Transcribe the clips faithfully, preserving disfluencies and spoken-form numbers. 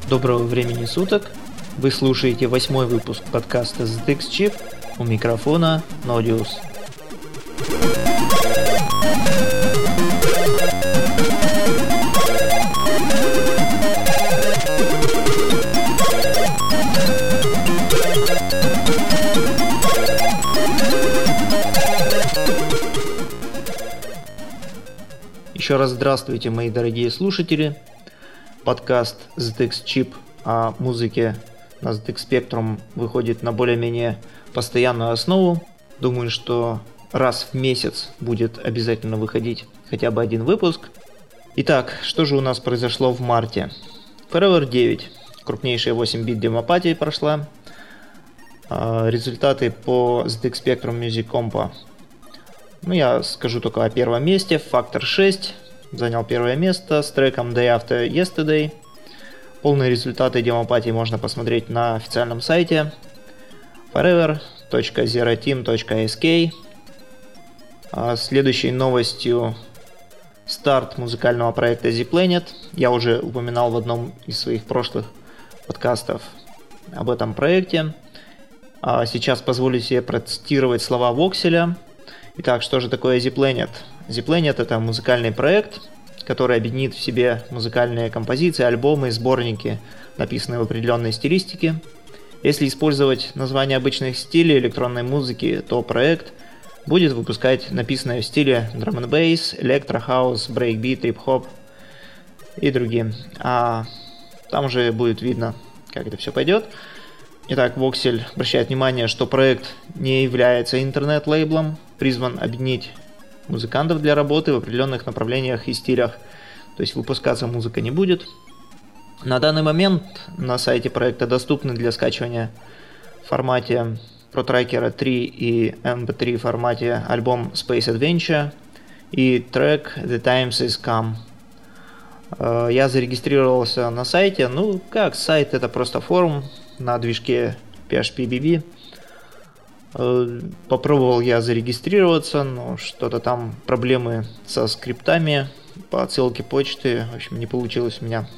Доброго времени суток! Вы слушаете восьмой выпуск подкаста зет икс Chip, у микрофона Nodius. Еще раз здравствуйте, мои дорогие слушатели. Подкаст зет икс Chip о музыке на зет икс Spectrum выходит на более-менее постоянную основу. Думаю, что раз в месяц будет обязательно выходить хотя бы один выпуск. Итак, что же у нас произошло в марте? Forever девять. Крупнейшая восемь-бит демопатия прошла. Результаты по зет икс Spectrum Music Compo. Ну, я скажу только о первом месте. Factor шесть занял первое место с треком Day After Yesterday. Полные результаты демопатии можно посмотреть на официальном сайте forever точка zero team точка эс кей. Следующей новостью старт музыкального проекта Z-Planet. Я уже упоминал в одном из своих прошлых подкастов об этом проекте. Сейчас позволю себе процитировать слова Вокселя. Итак, что же такое Z-Planet? Z-Planet — это музыкальный проект, который объединит в себе музыкальные композиции, альбомы, сборники, написанные в определенной стилистике. Если использовать название обычных стилей электронной музыки, то проект будет выпускать написанное в стиле Drum and Bass, Electro House, Breakbeat, Trip Hop и другие. А там уже будет видно, как это все пойдет. Итак, Воксель обращает внимание, что проект не является интернет-лейблом, призван объединить музыкантов для работы в определенных направлениях и стилях. То есть выпускаться музыка не будет. На данный момент на сайте проекта доступны для скачивания в формате ProTracker три и эм пи три формате альбом Space Adventure и трек The Times Is Come. Я зарегистрировался на сайте. Ну, как сайт, это просто форум на движке пи эйч пи би би. Попробовал я зарегистрироваться, но что-то там проблемы со скриптами по отсылке почты, в общем, не получилось у меня.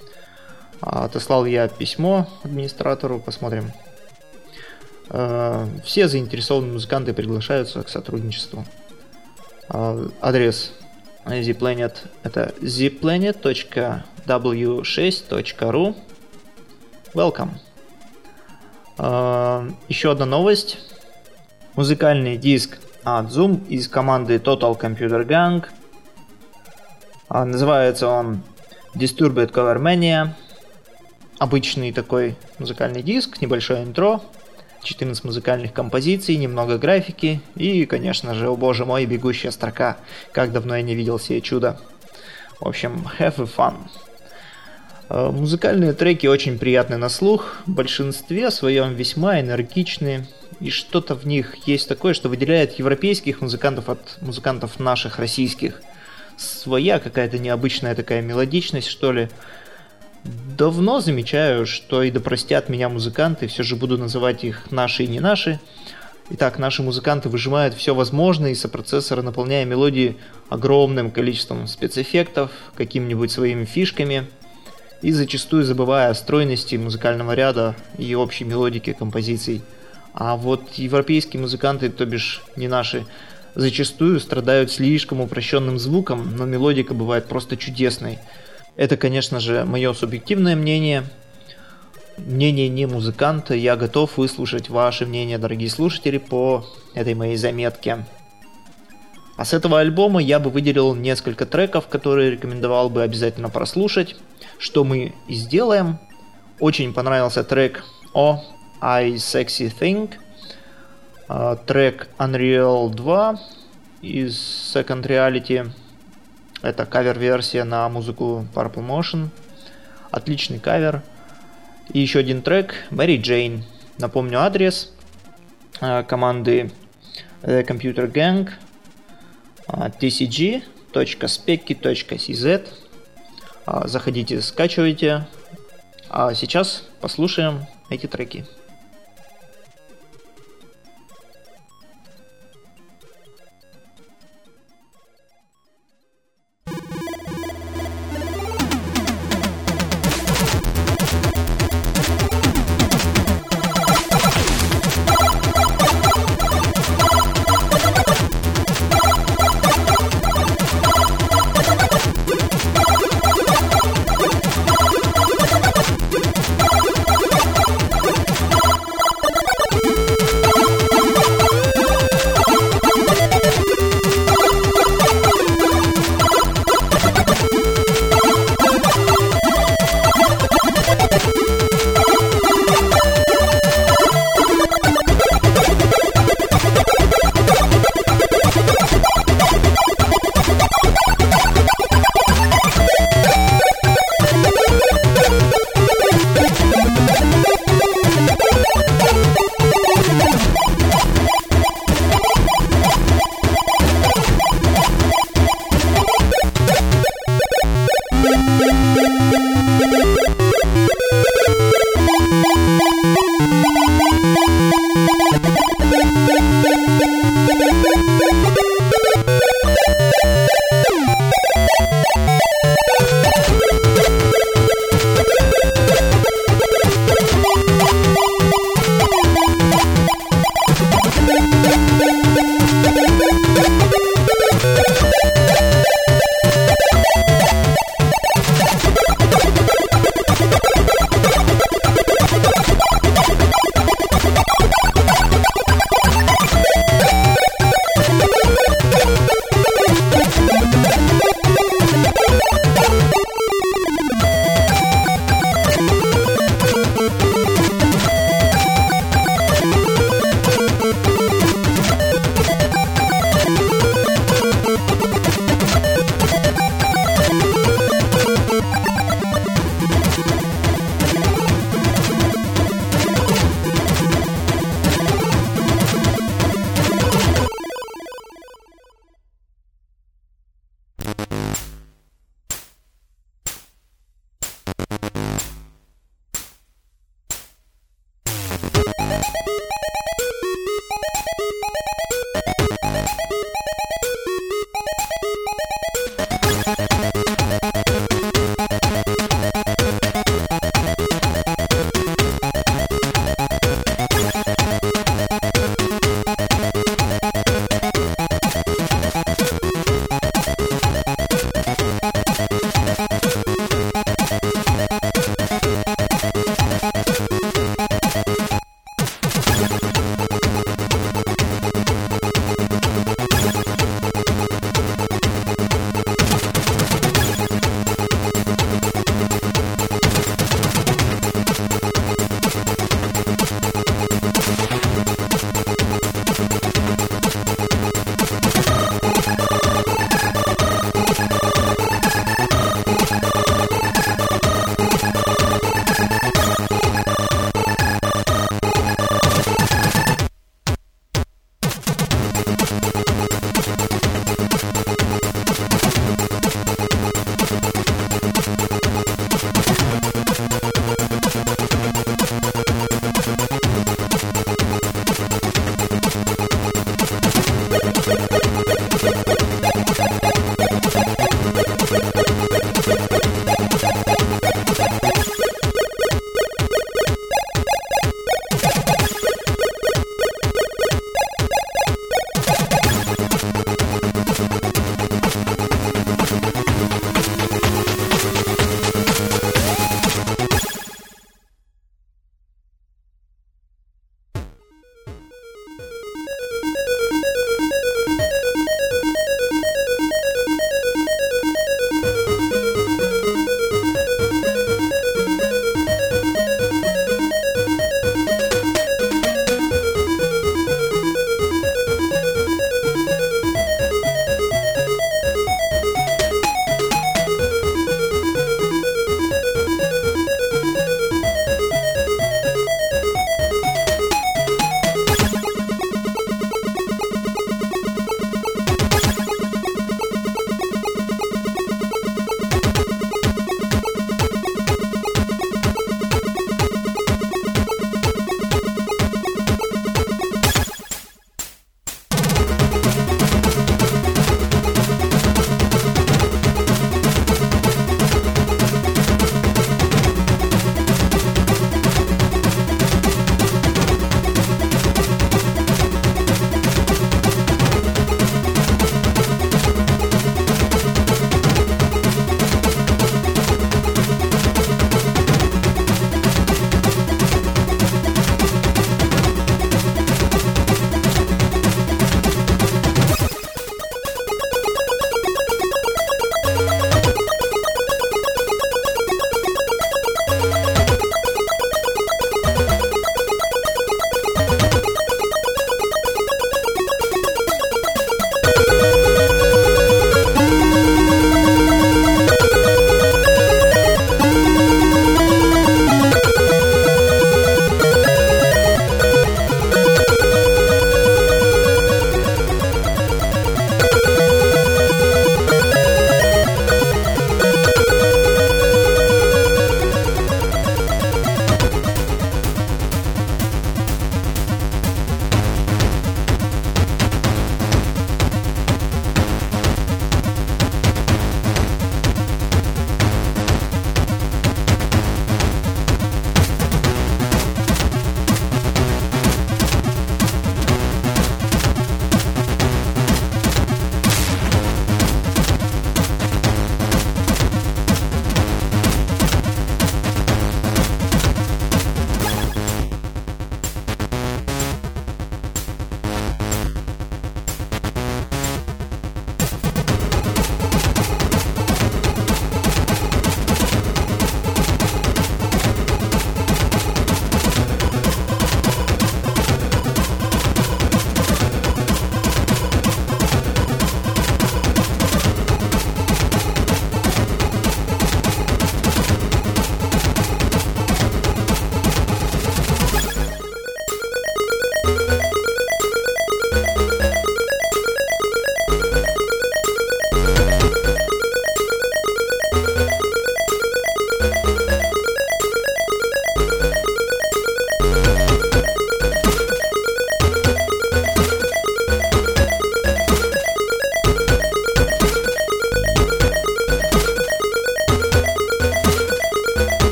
Отослал я письмо администратору, посмотрим. Все заинтересованные музыканты приглашаются к сотрудничеству. Адрес Z-Planet это зет планет точка дабл ю шесть точка ру. Welcome. Еще одна новость. Музыкальный диск от Zoom из команды Total Computer Gang. Называется он Disturbed Cover Mania. Обычный такой музыкальный диск, небольшое интро, четырнадцать музыкальных композиций, немного графики и, конечно же, о боже мой, бегущая строка. Как давно я не видел сие чудо. В общем, have fun. Музыкальные треки очень приятны на слух, в большинстве своем весьма энергичные, и что-то в них есть такое, что выделяет европейских музыкантов от музыкантов наших, российских. Своя какая-то необычная такая мелодичность, что ли. Давно замечаю, что и да простят меня музыканты, все же буду называть их наши и не наши. Итак, наши музыканты выжимают все возможное из сопроцессора, наполняя мелодии огромным количеством спецэффектов, какими-нибудь своими фишками, и зачастую забывая о стройности музыкального ряда и общей мелодики композиций. А вот европейские музыканты, то бишь не наши, зачастую страдают слишком упрощенным звуком, но мелодика бывает просто чудесной. Это, конечно же, мое субъективное мнение, мнение не музыканта. Я готов выслушать ваше мнение, дорогие слушатели, по этой моей заметке. А с этого альбома я бы выделил несколько треков, которые рекомендовал бы обязательно прослушать, что мы и сделаем. Очень понравился трек «Oh, I Sexy Thing», трек Unreal два из Second Reality. Это кавер-версия на музыку Purple Motion. Отличный кавер. И еще один трек Mary Jane. Напомню адрес команды The Computer Gang ти си джи точка specky точка си зет. Заходите, скачивайте. А сейчас послушаем эти треки.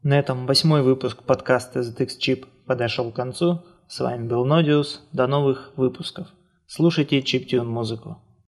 На этом восьмой выпуск подкаста зет икс Chip подошел к концу. С вами был Нодиус. До новых выпусков. Слушайте чиптюн музыку.